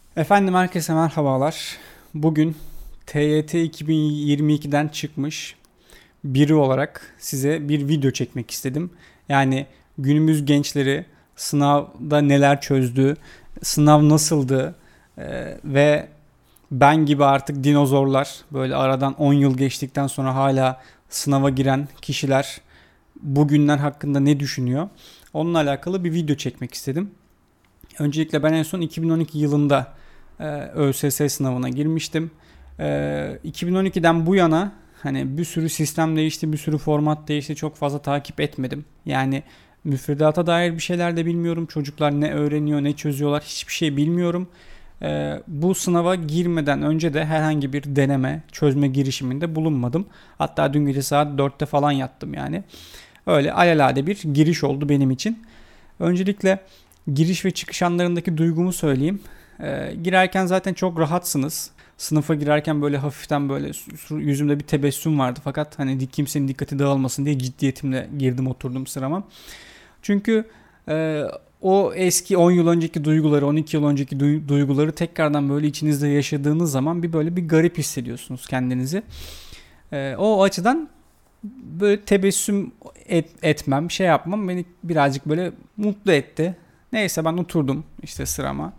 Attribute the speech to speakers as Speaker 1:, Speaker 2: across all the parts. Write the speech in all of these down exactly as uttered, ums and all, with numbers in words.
Speaker 1: Efendim herkese merhabalar. Bugün T Y T iki bin yirmi ikiden çıkmış biri olarak size bir video çekmek istedim. Yani günümüz gençleri sınavda neler çözdü, sınav nasıldı e, ve ben gibi artık dinozorlar böyle aradan on yıl geçtikten sonra hala sınava giren kişiler bugünler hakkında ne düşünüyor? Onunla alakalı bir video çekmek istedim. Öncelikle ben en son iki bin on iki yılında e, ÖSS sınavına girmiştim. E, iki bin on ikiden bu yana hani bir sürü sistem değişti, bir sürü format değişti. Çok fazla takip etmedim. Yani müfredata dair bir şeyler de bilmiyorum. Çocuklar ne öğreniyor, ne çözüyorlar hiçbir şey bilmiyorum. E, bu sınava girmeden önce de herhangi bir deneme, çözme girişiminde bulunmadım. Hatta dün gece saat dörtte falan yattım yani. Öyle alelade bir giriş oldu benim için. Öncelikle giriş ve çıkış anlarındaki duygumu söyleyeyim. Ee, girerken zaten çok rahatsınız. Sınıfa girerken böyle hafiften böyle yüzümde bir tebessüm vardı. Fakat hani kimsenin dikkati dağılmasın diye ciddiyetimle girdim oturdum sırama. Çünkü e, o eski on yıl önceki duyguları, on iki yıl önceki duyguları tekrardan böyle içinizde yaşadığınız zaman bir böyle bir garip hissediyorsunuz kendinizi. E, o açıdan böyle tebessüm et, etmem, şey yapmam beni birazcık böyle mutlu etti. Neyse ben oturdum işte sırama.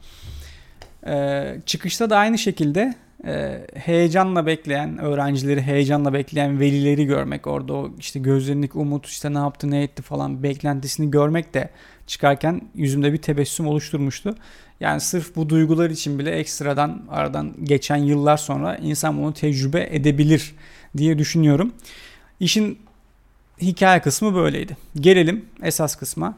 Speaker 1: Ee, çıkışta da aynı şekilde e, heyecanla bekleyen öğrencileri, heyecanla bekleyen velileri görmek, orada o işte gözlerindeki umut, işte ne yaptı, ne etti falan beklentisini görmek de çıkarken yüzümde bir tebessüm oluşturmuştu. Yani sırf bu duygular için bile ekstradan aradan geçen yıllar sonra insan bunu tecrübe edebilir diye düşünüyorum. İşin hikaye kısmı böyleydi. Gelelim esas kısma.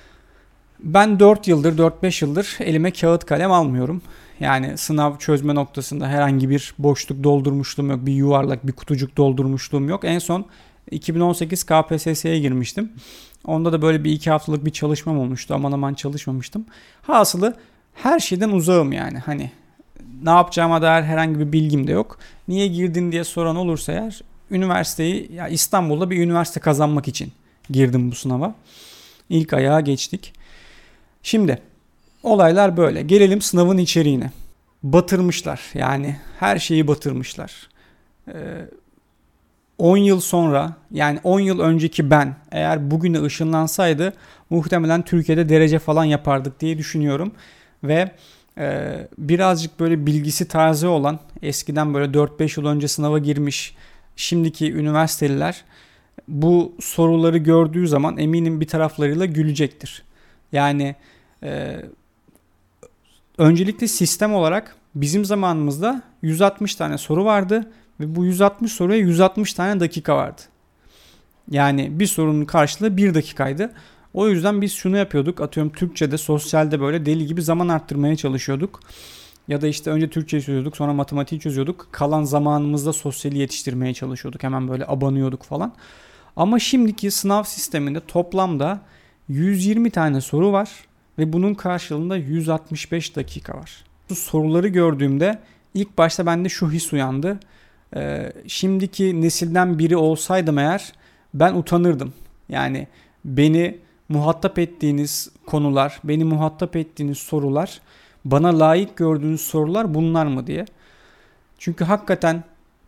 Speaker 1: Ben dört yıldır, dört beş yıldır elime kağıt kalem almıyorum. Yani sınav çözme noktasında herhangi bir boşluk doldurmuşluğum yok. Bir yuvarlak, bir kutucuk doldurmuşluğum yok. En son iki bin on sekiz K P S S'ye girmiştim. Onda da böyle bir iki haftalık bir çalışmam olmuştu. Aman aman çalışmamıştım. Hasılı her şeyden uzağım yani. Hani ne yapacağıma dair herhangi bir bilgim de yok. Niye girdin diye soran olursa eğer üniversiteyi, ya İstanbul'da bir üniversite kazanmak için girdim bu sınava. İlk ayağa geçtik. Şimdi olaylar böyle. Gelelim sınavın içeriğine. Batırmışlar. Yani her şeyi batırmışlar. Ee, on yıl sonra, yani on yıl önceki ben eğer bugüne ışınlansaydı muhtemelen Türkiye'de derece falan yapardık diye düşünüyorum. Ve e, birazcık böyle bilgisi taze olan, eskiden böyle dört beş yıl önce sınava girmiş şimdiki üniversiteliler bu soruları gördüğü zaman eminim bir taraflarıyla gülecektir. Yani e, öncelikle sistem olarak bizim zamanımızda yüz altmış tane soru vardı ve bu yüz altmış soruya yüz altmış tane dakika vardı. Yani bir sorunun karşılığı bir dakikaydı. O yüzden biz şunu yapıyorduk. Atıyorum Türkçe'de, sosyalde böyle deli gibi zaman arttırmaya çalışıyorduk. Ya da işte önce Türkçeyi çözüyorduk, sonra matematiği çözüyorduk. Kalan zamanımızda sosyali yetiştirmeye çalışıyorduk. Hemen böyle abanıyorduk falan. Ama şimdiki sınav sisteminde toplamda yüz yirmi tane soru var ve bunun karşılığında yüz altmış beş dakika var. Bu soruları gördüğümde ilk başta bende şu his uyandı. Ee, şimdiki nesilden biri olsaydım eğer ben utanırdım. Yani beni muhatap ettiğiniz konular, beni muhatap ettiğiniz sorular, bana layık gördüğünüz sorular bunlar mı diye. Çünkü hakikaten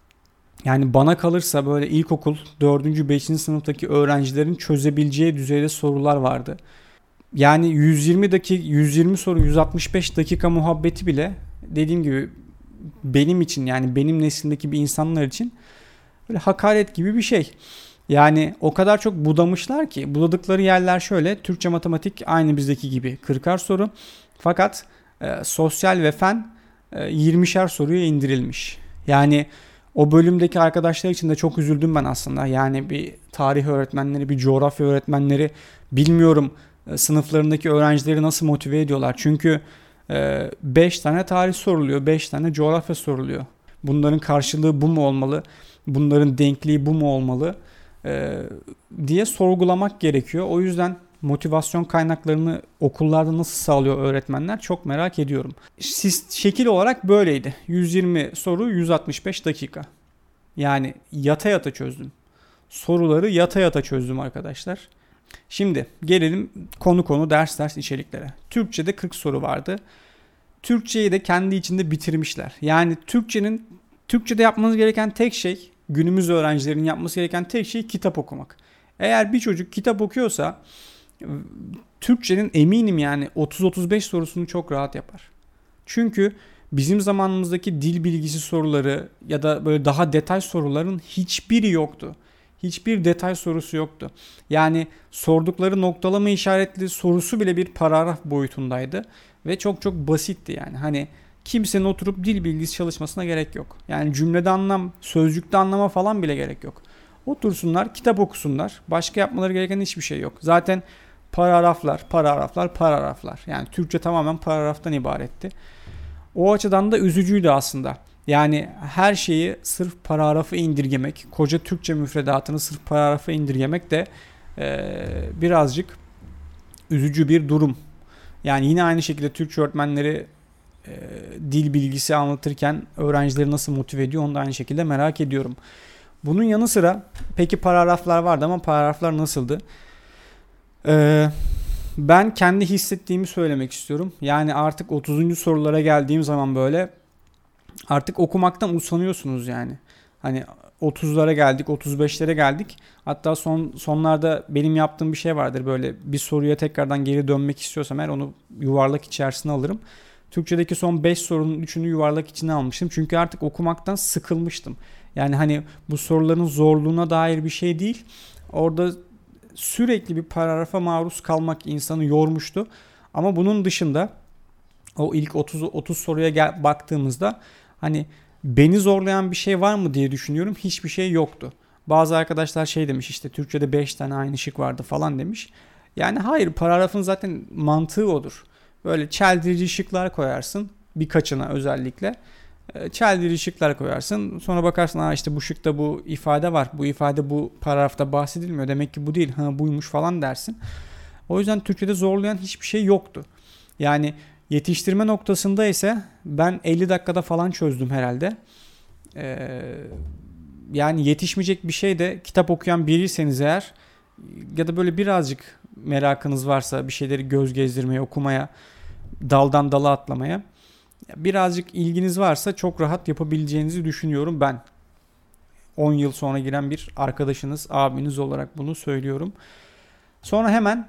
Speaker 1: yani bana kalırsa böyle ilkokul dördüncü beşinci sınıftaki öğrencilerin çözebileceği düzeyde sorular vardı. Yani yüz yirmi dakika yüz yirmi soru yüz altmış beş dakika muhabbeti bile dediğim gibi benim için, yani benim neslimdeki bir insanlar için böyle hakaret gibi bir şey. Yani o kadar çok budamışlar ki, budadıkları yerler şöyle: Türkçe, matematik aynı bizdeki gibi kırkar soru. Fakat e, sosyal ve fen e, yirmişer soruya indirilmiş. Yani o bölümdeki arkadaşlar için de çok üzüldüm ben aslında. Yani bir tarih öğretmenleri, bir coğrafya öğretmenleri, bilmiyorum e, sınıflarındaki öğrencileri nasıl motive ediyorlar. Çünkü beş tane tarih soruluyor, beş tane coğrafya soruluyor. Bunların karşılığı bu mu olmalı? Bunların denkliği bu mu olmalı? Ee, diye sorgulamak gerekiyor. O yüzden motivasyon kaynaklarını okullarda nasıl sağlıyor öğretmenler çok merak ediyorum. Siz, şekil olarak böyleydi. yüz yirmi soru, yüz altmış beş dakika. Yani yata yata çözdüm. Soruları yata yata çözdüm arkadaşlar. Şimdi gelelim konu konu ders ders içeriklere. Türkçe'de kırk soru vardı. Türkçeyi de kendi içinde bitirmişler. Yani Türkçenin Türkçede yapmanız gereken tek şey, günümüz öğrencilerinin yapması gereken tek şey kitap okumak. Eğer bir çocuk kitap okuyorsa Türkçenin eminim yani otuz otuz beş sorusunu çok rahat yapar. Çünkü bizim zamanımızdaki dil bilgisi soruları ya da böyle daha detay soruların hiçbiri yoktu. Hiçbir detay sorusu yoktu. Yani sordukları noktalama işaretli sorusu bile bir paragraf boyutundaydı. Ve çok çok basitti yani. Hani kimsenin oturup dil bilgisi çalışmasına gerek yok. Yani cümlede anlam, sözcükte anlama falan bile gerek yok. Otursunlar, kitap okusunlar. Başka yapmaları gereken hiçbir şey yok. Zaten paragraflar, paragraflar, paragraflar. Yani Türkçe tamamen paragraftan ibaretti. O açıdan da üzücüydü aslında. Yani her şeyi sırf paragrafı indirgemek, koca Türkçe müfredatını sırf paragrafa indirgemek de e, birazcık üzücü bir durum. Yani yine aynı şekilde Türkçe öğretmenleri e, dil bilgisi anlatırken öğrencileri nasıl motive ediyor onu da aynı şekilde merak ediyorum. Bunun yanı sıra peki paragraflar vardı ama paragraflar nasıldı? Ee, ben kendi hissettiğimi söylemek istiyorum. Yani artık otuzuncu sorulara geldiğim zaman böyle artık okumaktan usanıyorsunuz yani. Hani otuzlara geldik, otuz beşlere geldik. Hatta son sonlarda benim yaptığım bir şey vardır. Böyle bir soruya tekrardan geri dönmek istiyorsam eğer onu yuvarlak içerisine alırım. Türkçedeki son beş sorunun üçünü yuvarlak içine almıştım. Çünkü artık okumaktan sıkılmıştım. Yani hani bu soruların zorluğuna dair bir şey değil. Orada sürekli bir paragrafa maruz kalmak insanı yormuştu. Ama bunun dışında o ilk otuz otuz soruya gel, baktığımızda hani beni zorlayan bir şey var mı diye düşünüyorum. Hiçbir şey yoktu. Bazı arkadaşlar şey demiş işte Türkçe'de beş tane aynı şık vardı falan demiş. Yani hayır, paragrafın zaten mantığı odur. Böyle çeldirici şıklar koyarsın birkaçına özellikle. Çeldirici şıklar koyarsın. Sonra bakarsın ha işte bu şıkta bu ifade var. Bu ifade bu paragrafta bahsedilmiyor. Demek ki bu değil. Ha buymuş falan dersin. O yüzden Türkçe'de zorlayan hiçbir şey yoktu. Yani yetiştirme noktasında ise ben elli dakikada falan çözdüm herhalde. Ee, yani yetişmeyecek bir şey de kitap okuyan biriyseniz eğer ya da böyle birazcık merakınız varsa bir şeyleri göz gezdirmeye, okumaya, daldan dala atlamaya birazcık ilginiz varsa çok rahat yapabileceğinizi düşünüyorum ben. on yıl sonra giren bir arkadaşınız, abiniz olarak bunu söylüyorum. Sonra hemen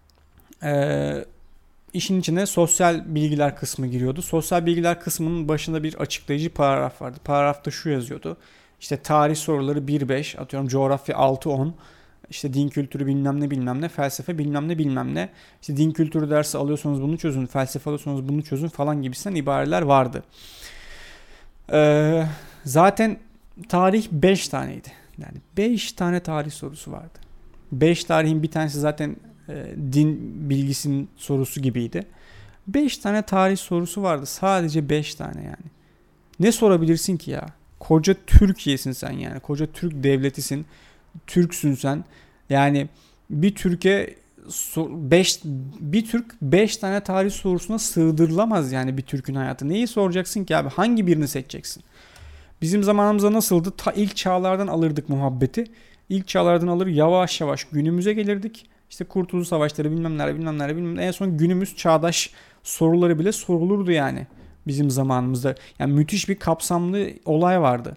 Speaker 1: e, işin içine sosyal bilgiler kısmı giriyordu. Sosyal bilgiler kısmının başında bir açıklayıcı paragraf vardı. Paragrafta şu yazıyordu. İşte tarih soruları bir beş, atıyorum coğrafya altı on, işte din kültürü bilmem ne bilmem ne, felsefe bilmem ne bilmem ne. İşte din kültürü dersi alıyorsanız bunu çözün, felsefe alıyorsanız bunu çözün falan gibisinden ibareler vardı. Ee, zaten tarih beş taneydi. Yani beş tane tarih sorusu vardı. beş tarihin bir tanesi zaten e, din bilgisinin sorusu gibiydi. beş tane tarih sorusu vardı. Sadece beş tane yani. Ne sorabilirsin ki ya? Koca Türkiye'sin sen yani. Koca Türk devletisin. Türksün sen. Yani bir Türkiye beş bir Türk beş tane tarih sorusuna sığdırılamaz yani bir Türk'ün hayatı. Neyi soracaksın ki abi? Hangi birini seçeceksin? Bizim zamanımızda nasıldı? Ta ilk çağlardan alırdık muhabbeti. İlk çağlardan alır yavaş yavaş günümüze gelirdik. İşte Kurtuluş Savaşları bilmem neler bilmem neler bilmem neler. En son günümüz çağdaş soruları bile sorulurdu yani bizim zamanımızda. Yani müthiş bir kapsamlı olay vardı.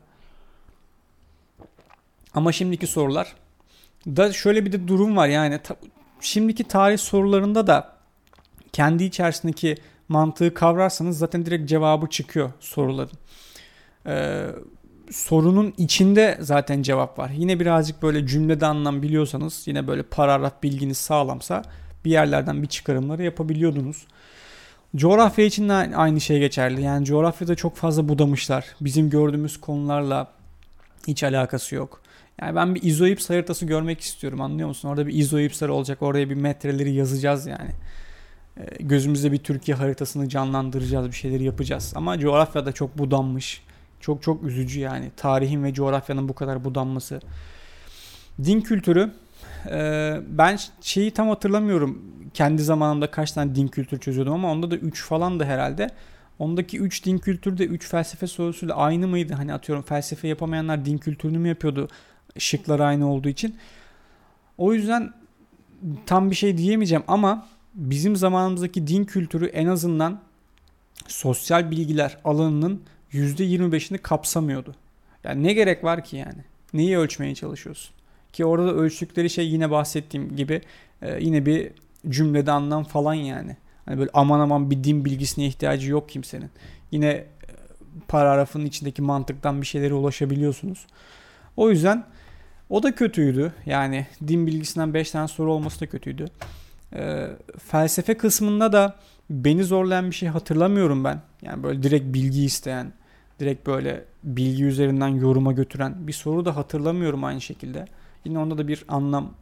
Speaker 1: Ama şimdiki sorular da şöyle bir de durum var yani ta, şimdiki tarih sorularında da kendi içerisindeki mantığı kavrarsanız zaten direkt cevabı çıkıyor soruların. Ee, sorunun içinde zaten cevap var. Yine birazcık böyle cümlede anlam biliyorsanız, yine böyle paragraf bilginiz sağlamsa bir yerlerden bir çıkarımları yapabiliyordunuz. Coğrafya için de aynı şey geçerli. Yani coğrafyada çok fazla budamışlar. Bizim gördüğümüz konularla hiç alakası yok. Yani ben bir izoips haritası görmek istiyorum, anlıyor musun? Orada bir izoipsler olacak. Oraya bir metreleri yazacağız yani. E, gözümüzde bir Türkiye haritasını canlandıracağız. Bir şeyleri yapacağız. Ama coğrafyada çok budanmış. Çok çok üzücü yani. Tarihin ve coğrafyanın bu kadar budanması. Din kültürü. E, ben şeyi tam hatırlamıyorum. Kendi zamanımda kaç tane din kültürü çözüyordum ama onda da üç falan da herhalde. Ondaki üç din kültürü de üç felsefe sorusuyla aynı mıydı? Hani atıyorum felsefe yapamayanlar din kültürünü mü yapıyordu? Şıklar aynı olduğu için. O yüzden tam bir şey diyemeyeceğim ama bizim zamanımızdaki din kültürü en azından sosyal bilgiler alanının yüzde yirmi beşini kapsamıyordu. Yani ne gerek var ki yani? Neyi ölçmeye çalışıyorsun? Ki orada da ölçtükleri şey yine bahsettiğim gibi e, yine bir cümlede anlam falan yani. Hani böyle aman aman bir din bilgisine ihtiyacı yok kimsenin. Yine e, paragrafın içindeki mantıktan bir şeylere ulaşabiliyorsunuz. O yüzden o da kötüydü. Yani din bilgisinden beş tane soru olması da kötüydü. E, felsefe kısmında da beni zorlayan bir şey hatırlamıyorum ben. Yani böyle direkt bilgi isteyen, direkt böyle bilgi üzerinden yoruma götüren bir soru da hatırlamıyorum aynı şekilde. Yine onda da bir anlam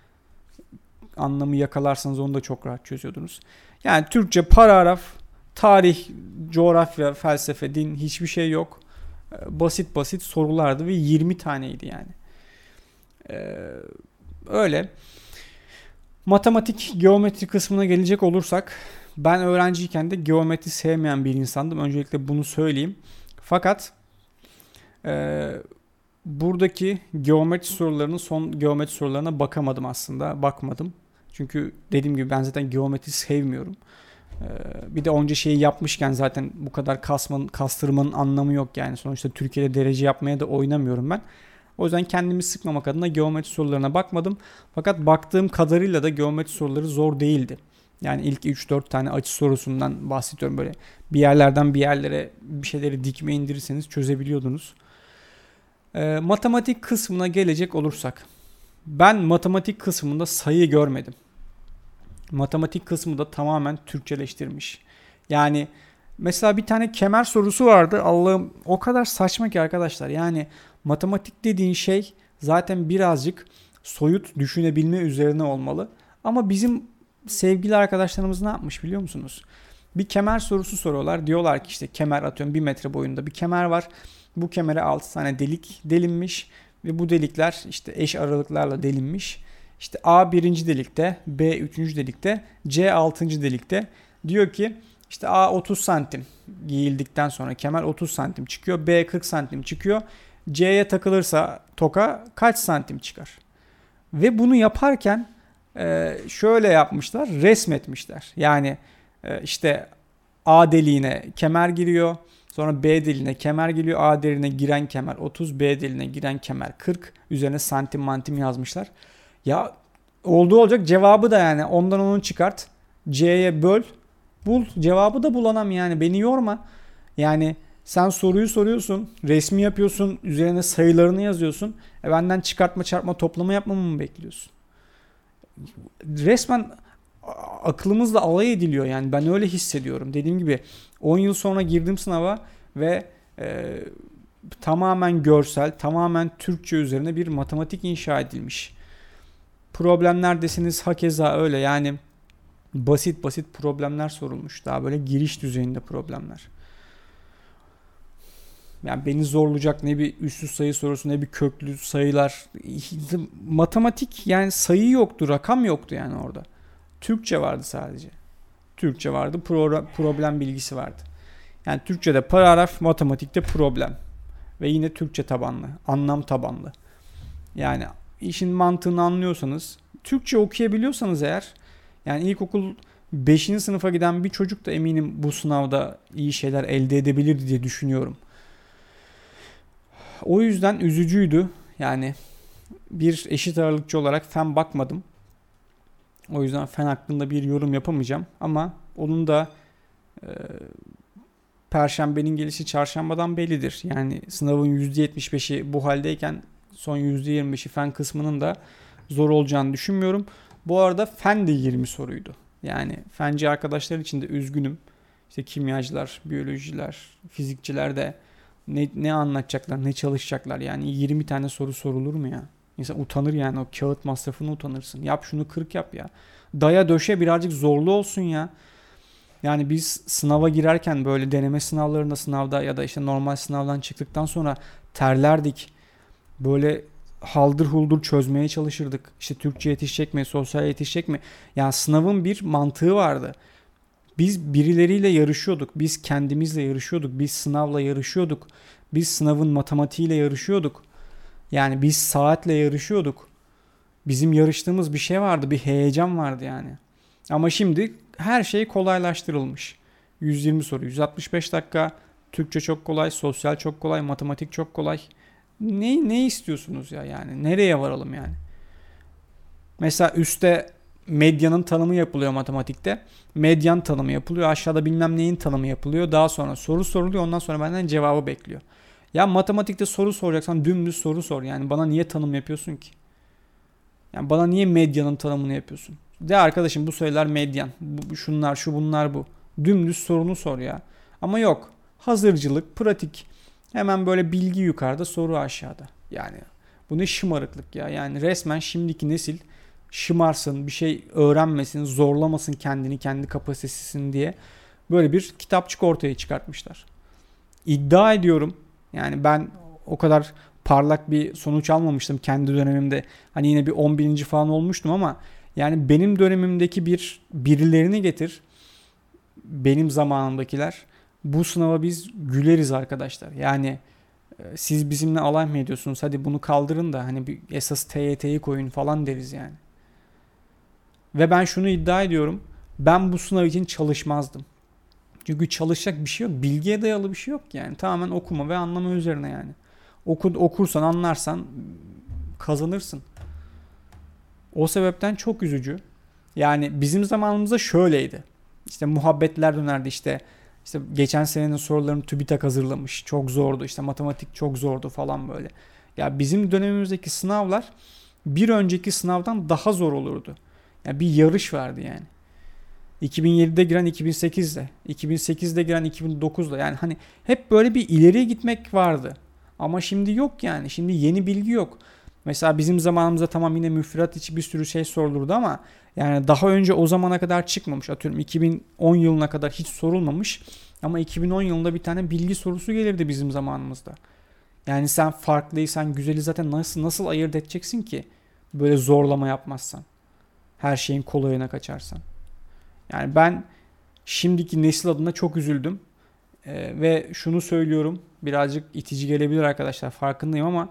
Speaker 1: anlamı yakalarsanız onu da çok rahat çözüyordunuz. Yani Türkçe paragraf, tarih, coğrafya, felsefe, din hiçbir şey yok. Basit basit sorulardı ve yirmi taneydi yani. Ee, öyle. Matematik, geometri kısmına gelecek olursak ben öğrenciyken de geometri sevmeyen bir insandım. Öncelikle bunu söyleyeyim. Fakat e, buradaki geometri sorularının son geometri sorularına bakamadım aslında. Bakmadım. Çünkü dediğim gibi ben zaten geometri sevmiyorum. Ee, bir de onca şeyi yapmışken zaten bu kadar kasmanın, kastırmanın anlamı yok yani. Sonuçta Türkiye'de derece yapmaya da oynamıyorum ben. O yüzden kendimi sıkmamak adına geometri sorularına bakmadım. Fakat baktığım kadarıyla da geometri soruları zor değildi. Yani ilk üç dört tane açı sorusundan bahsediyorum, böyle bir yerlerden bir yerlere bir şeyleri dikme indirirseniz çözebiliyordunuz. Ee, matematik kısmına gelecek olursak. Ben matematik kısmında sayı görmedim. Matematik kısmı da tamamen Türkçeleştirmiş. Yani mesela bir tane kemer sorusu vardı. Allah'ım o kadar saçma ki arkadaşlar. Yani matematik dediğin şey zaten birazcık soyut düşünebilme üzerine olmalı. Ama bizim sevgili arkadaşlarımız ne yapmış biliyor musunuz? Bir kemer sorusu soruyorlar. Diyorlar ki işte kemer, atıyorum bir metre boyunda bir kemer var. Bu kemere altı tane delik delinmiş ve bu delikler işte eş aralıklarla delinmiş. İşte A birinci delikte, B üçüncü delikte, C altıncı delikte. Diyor ki işte A otuz santim giyildikten sonra kemer otuz santim çıkıyor. B kırk santim çıkıyor. C'ye takılırsa toka kaç santim çıkar? Ve bunu yaparken şöyle yapmışlar, resmetmişler. Yani işte A deliğine kemer giriyor. Sonra B deliğine kemer geliyor. A deliğine giren kemer otuz, B deliğine giren kemer kırk. Üzerine santim mantim yazmışlar. Ya olduğu olacak, cevabı da yani ondan onu çıkart. C'ye böl. Bul. Cevabı da bulamam yani. Beni yorma. Yani sen soruyu soruyorsun. Resmi yapıyorsun. Üzerine sayılarını yazıyorsun. E benden çıkartma çarpma toplama yapmamı mı bekliyorsun? Resmen aklımızla alay ediliyor yani. Ben öyle hissediyorum. Dediğim gibi on yıl sonra girdim sınava ve e, tamamen görsel, tamamen Türkçe üzerine bir matematik inşa edilmiş. Problemler desiniz hakeza öyle yani, basit basit problemler sorulmuş. Daha böyle giriş düzeyinde problemler. Yani beni zorlayacak ne bir üslü sayı sorusu ne bir köklü sayılar. Matematik yani sayı yoktu, rakam yoktu yani orada. Türkçe vardı sadece. Türkçe vardı, pro- problem bilgisi vardı. Yani Türkçe'de paragraf, matematikte problem. Ve yine Türkçe tabanlı, anlam tabanlı. Yani işin mantığını anlıyorsanız, Türkçe okuyabiliyorsanız eğer, yani ilkokul beşinci sınıfa giden bir çocuk da eminim bu sınavda iyi şeyler elde edebilir diye düşünüyorum. O yüzden üzücüydü. Yani bir eşit ağırlıkçı olarak fen bakmadım. O yüzden fen hakkında bir yorum yapamayacağım. Ama onun da e, Perşembenin gelişi çarşambadan bellidir. Yani sınavın yüzde yetmiş beşi bu haldeyken son yüzde yirmi beşi fen kısmının da zor olacağını düşünmüyorum. Bu arada fen de yirmi soruydu. Yani fenci arkadaşlar için de üzgünüm. İşte kimyacılar, biyolojiler, fizikçiler de ne, ne anlatacaklar, ne çalışacaklar. Yani yirmi tane soru sorulur mu ya? İnsan utanır yani, o kağıt masrafını utanırsın. Yap şunu kırk yap ya. Daya döşe, birazcık zorlu olsun ya. Yani biz sınava girerken böyle deneme sınavlarında, sınavda ya da işte normal sınavdan çıktıktan sonra terlerdik. Böyle haldır huldur çözmeye çalışırdık. İşte Türkçe yetişecek mi, sosyal yetişecek mi? Yani sınavın bir mantığı vardı. Biz birileriyle yarışıyorduk. Biz kendimizle yarışıyorduk. Biz sınavla yarışıyorduk. Biz sınavın matematiğiyle yarışıyorduk. Yani biz saatle yarışıyorduk. Bizim yarıştığımız bir şey vardı. Bir heyecan vardı yani. Ama şimdi her şey kolaylaştırılmış. yüz yirmi soru, yüz altmış beş dakika. Türkçe çok kolay, sosyal çok kolay, matematik çok kolay. Ne ne istiyorsunuz ya yani? Nereye varalım yani? Mesela üstte medyanın tanımı yapılıyor matematikte. Medyan tanımı yapılıyor. Aşağıda bilmem neyin tanımı yapılıyor. Daha sonra soru soruluyor. Ondan sonra benden cevabı bekliyor. Ya matematikte soru soracaksan dümdüz soru sor. Yani bana niye tanım yapıyorsun ki? Yani bana niye medyanın tanımını yapıyorsun? De arkadaşım bu sayılar medyan. Bu, şunlar şu bunlar bu. Dümdüz sorunu sor ya. Ama yok. Hazırcılık, pratik. Hemen böyle bilgi yukarıda, soru aşağıda. Yani bu ne şımarıklık ya. Yani resmen şimdiki nesil şımarsın, bir şey öğrenmesin, zorlamasın kendini, kendi kapasitesini diye böyle bir kitapçık ortaya çıkartmışlar. İddia ediyorum. Yani ben o kadar parlak bir sonuç almamıştım kendi dönemimde. Hani yine bir on bininci falan olmuştum ama yani benim dönemimdeki bir birilerini getir. Benim zamanımdakiler. Bu sınava biz güleriz arkadaşlar. Yani siz bizimle alay mı ediyorsunuz? Hadi bunu kaldırın da hani bir esas T Y T'yi koyun falan deriz yani. Ve ben şunu iddia ediyorum. Ben bu sınav için çalışmazdım. Çünkü çalışacak bir şey yok. Bilgiye dayalı bir şey yok yani. Tamamen okuma ve anlama üzerine yani. Oku, okursan, anlarsan kazanırsın. O sebepten çok üzücü. Yani bizim zamanımızda şöyleydi. İşte muhabbetler dönerdi işte. İşte geçen senenin sorularını TÜBİTAK hazırlamış. Çok zordu. İşte matematik çok zordu falan böyle. Ya bizim dönemimizdeki sınavlar bir önceki sınavdan daha zor olurdu. Yani bir yarış vardı yani. iki bin yedide giren iki bin sekizde, iki bin sekizde giren iki bin dokuzda yani hani hep böyle bir ileriye gitmek vardı. Ama şimdi yok yani. Şimdi yeni bilgi yok. Mesela bizim zamanımızda tamam yine müfredat içi bir sürü şey sorulurdu ama yani daha önce o zamana kadar çıkmamış. Atıyorum iki bin on yılına kadar hiç sorulmamış. Ama iki bin on yılında bir tane bilgi sorusu gelirdi bizim zamanımızda. Yani sen farklıysan güzeli zaten nasıl nasıl ayırt edeceksin ki? Böyle zorlama yapmazsan. Her şeyin kolayına kaçarsan. Yani ben şimdiki nesil adına çok üzüldüm. Ee, ve şunu söylüyorum. Birazcık itici gelebilir arkadaşlar. Farkındayım ama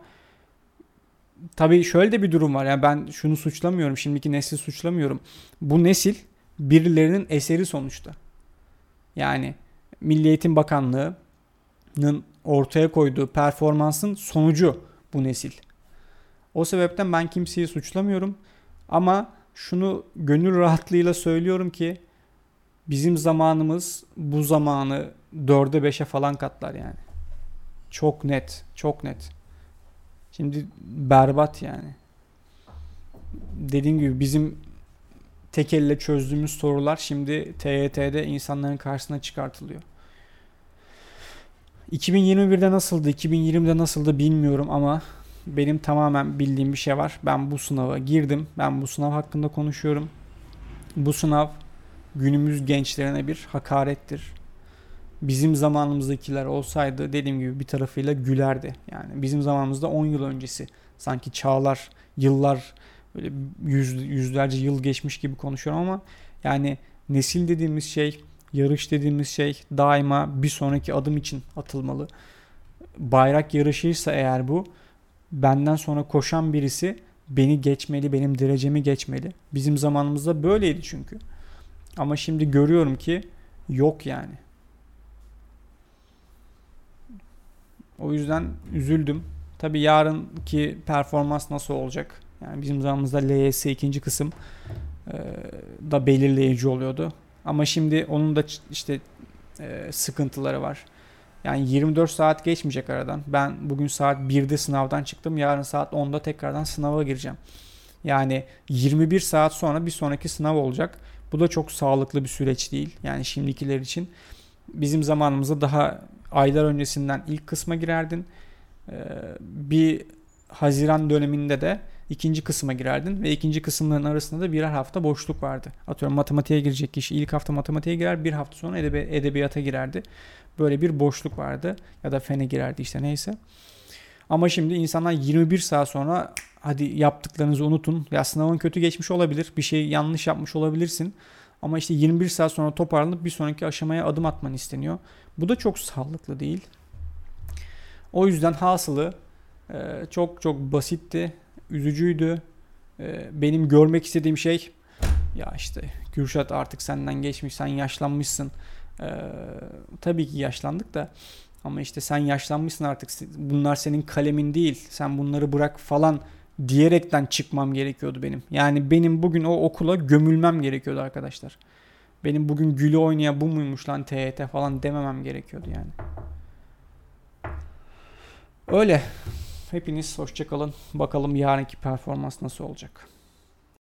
Speaker 1: tabii şöyle de bir durum var. Yani ben şunu suçlamıyorum. Şimdiki nesli suçlamıyorum. Bu nesil birilerinin eseri sonuçta. Yani Milli Eğitim Bakanlığı'nın ortaya koyduğu performansın sonucu bu nesil. O sebepten ben kimseyi suçlamıyorum. Ama şunu gönül rahatlığıyla söylüyorum ki bizim zamanımız bu zamanı dörde beşe falan katlar yani. Çok net, çok net. Şimdi berbat yani. Dediğim gibi bizim tek elle çözdüğümüz sorular şimdi T Y T'de insanların karşısına çıkartılıyor. iki bin yirmi birde nasıldı, iki bin yirmide nasıldı bilmiyorum ama benim tamamen bildiğim bir şey var. Ben bu sınava girdim. Ben bu sınav hakkında konuşuyorum. Bu sınav günümüz gençlerine bir hakarettir. Bizim zamanımızdakiler olsaydı dediğim gibi bir tarafıyla gülerdi. Yani bizim zamanımızda on yıl öncesi sanki çağlar, yıllar böyle yüz, yüzlerce yıl geçmiş gibi konuşuyorum ama yani nesil dediğimiz şey, yarış dediğimiz şey daima bir sonraki adım için atılmalı. Bayrak yarışıysa eğer bu, benden sonra koşan birisi beni geçmeli, benim derecemi geçmeli. Bizim zamanımızda böyleydi çünkü. Ama şimdi görüyorum ki yok yani. O yüzden üzüldüm. Tabii yarınki performans nasıl olacak? Yani bizim zamanımızda L Y S ikinci kısım e, da belirleyici oluyordu. Ama şimdi onun da işte e, sıkıntıları var. Yani yirmi dört saat geçmeyecek aradan. Ben bugün saat birde sınavdan çıktım. Yarın saat onda tekrardan sınava gireceğim. Yani yirmi bir saat sonra bir sonraki sınav olacak. Bu da çok sağlıklı bir süreç değil. Yani şimdikiler için. Bizim zamanımızda daha aylar öncesinden ilk kısma girerdin. Bir Haziran döneminde de ikinci kısma girerdin ve ikinci kısımların arasında da birer hafta boşluk vardı. Atıyorum matematiğe girecek kişi ilk hafta matematiğe girer, bir hafta sonra edebi, edebiyata girerdi. Böyle bir boşluk vardı ya da fene girerdi işte neyse. Ama şimdi insanlar yirmi bir saat sonra hadi yaptıklarınızı unutun. Ya sınavın kötü geçmiş olabilir, bir şey yanlış yapmış olabilirsin. Ama işte yirmi bir saat sonra toparlanıp bir sonraki aşamaya adım atman isteniyor. Bu da çok sağlıklı değil. O yüzden hasılı çok çok basitti, üzücüydü. Benim görmek istediğim şey ya işte Kürşat artık senden geçmiş, sen yaşlanmışsın. Ee, tabii ki yaşlandık da ama işte sen yaşlanmışsın artık. Bunlar senin kalemin değil. Sen bunları bırak falan diyerekten çıkmam gerekiyordu benim. Yani benim bugün o okula gömülmem gerekiyordu arkadaşlar. Benim bugün gülü oynaya bu muymuş lan T Y T falan dememem gerekiyordu yani. Öyle. Hepiniz hoşça kalın. Bakalım yarınki performans nasıl olacak.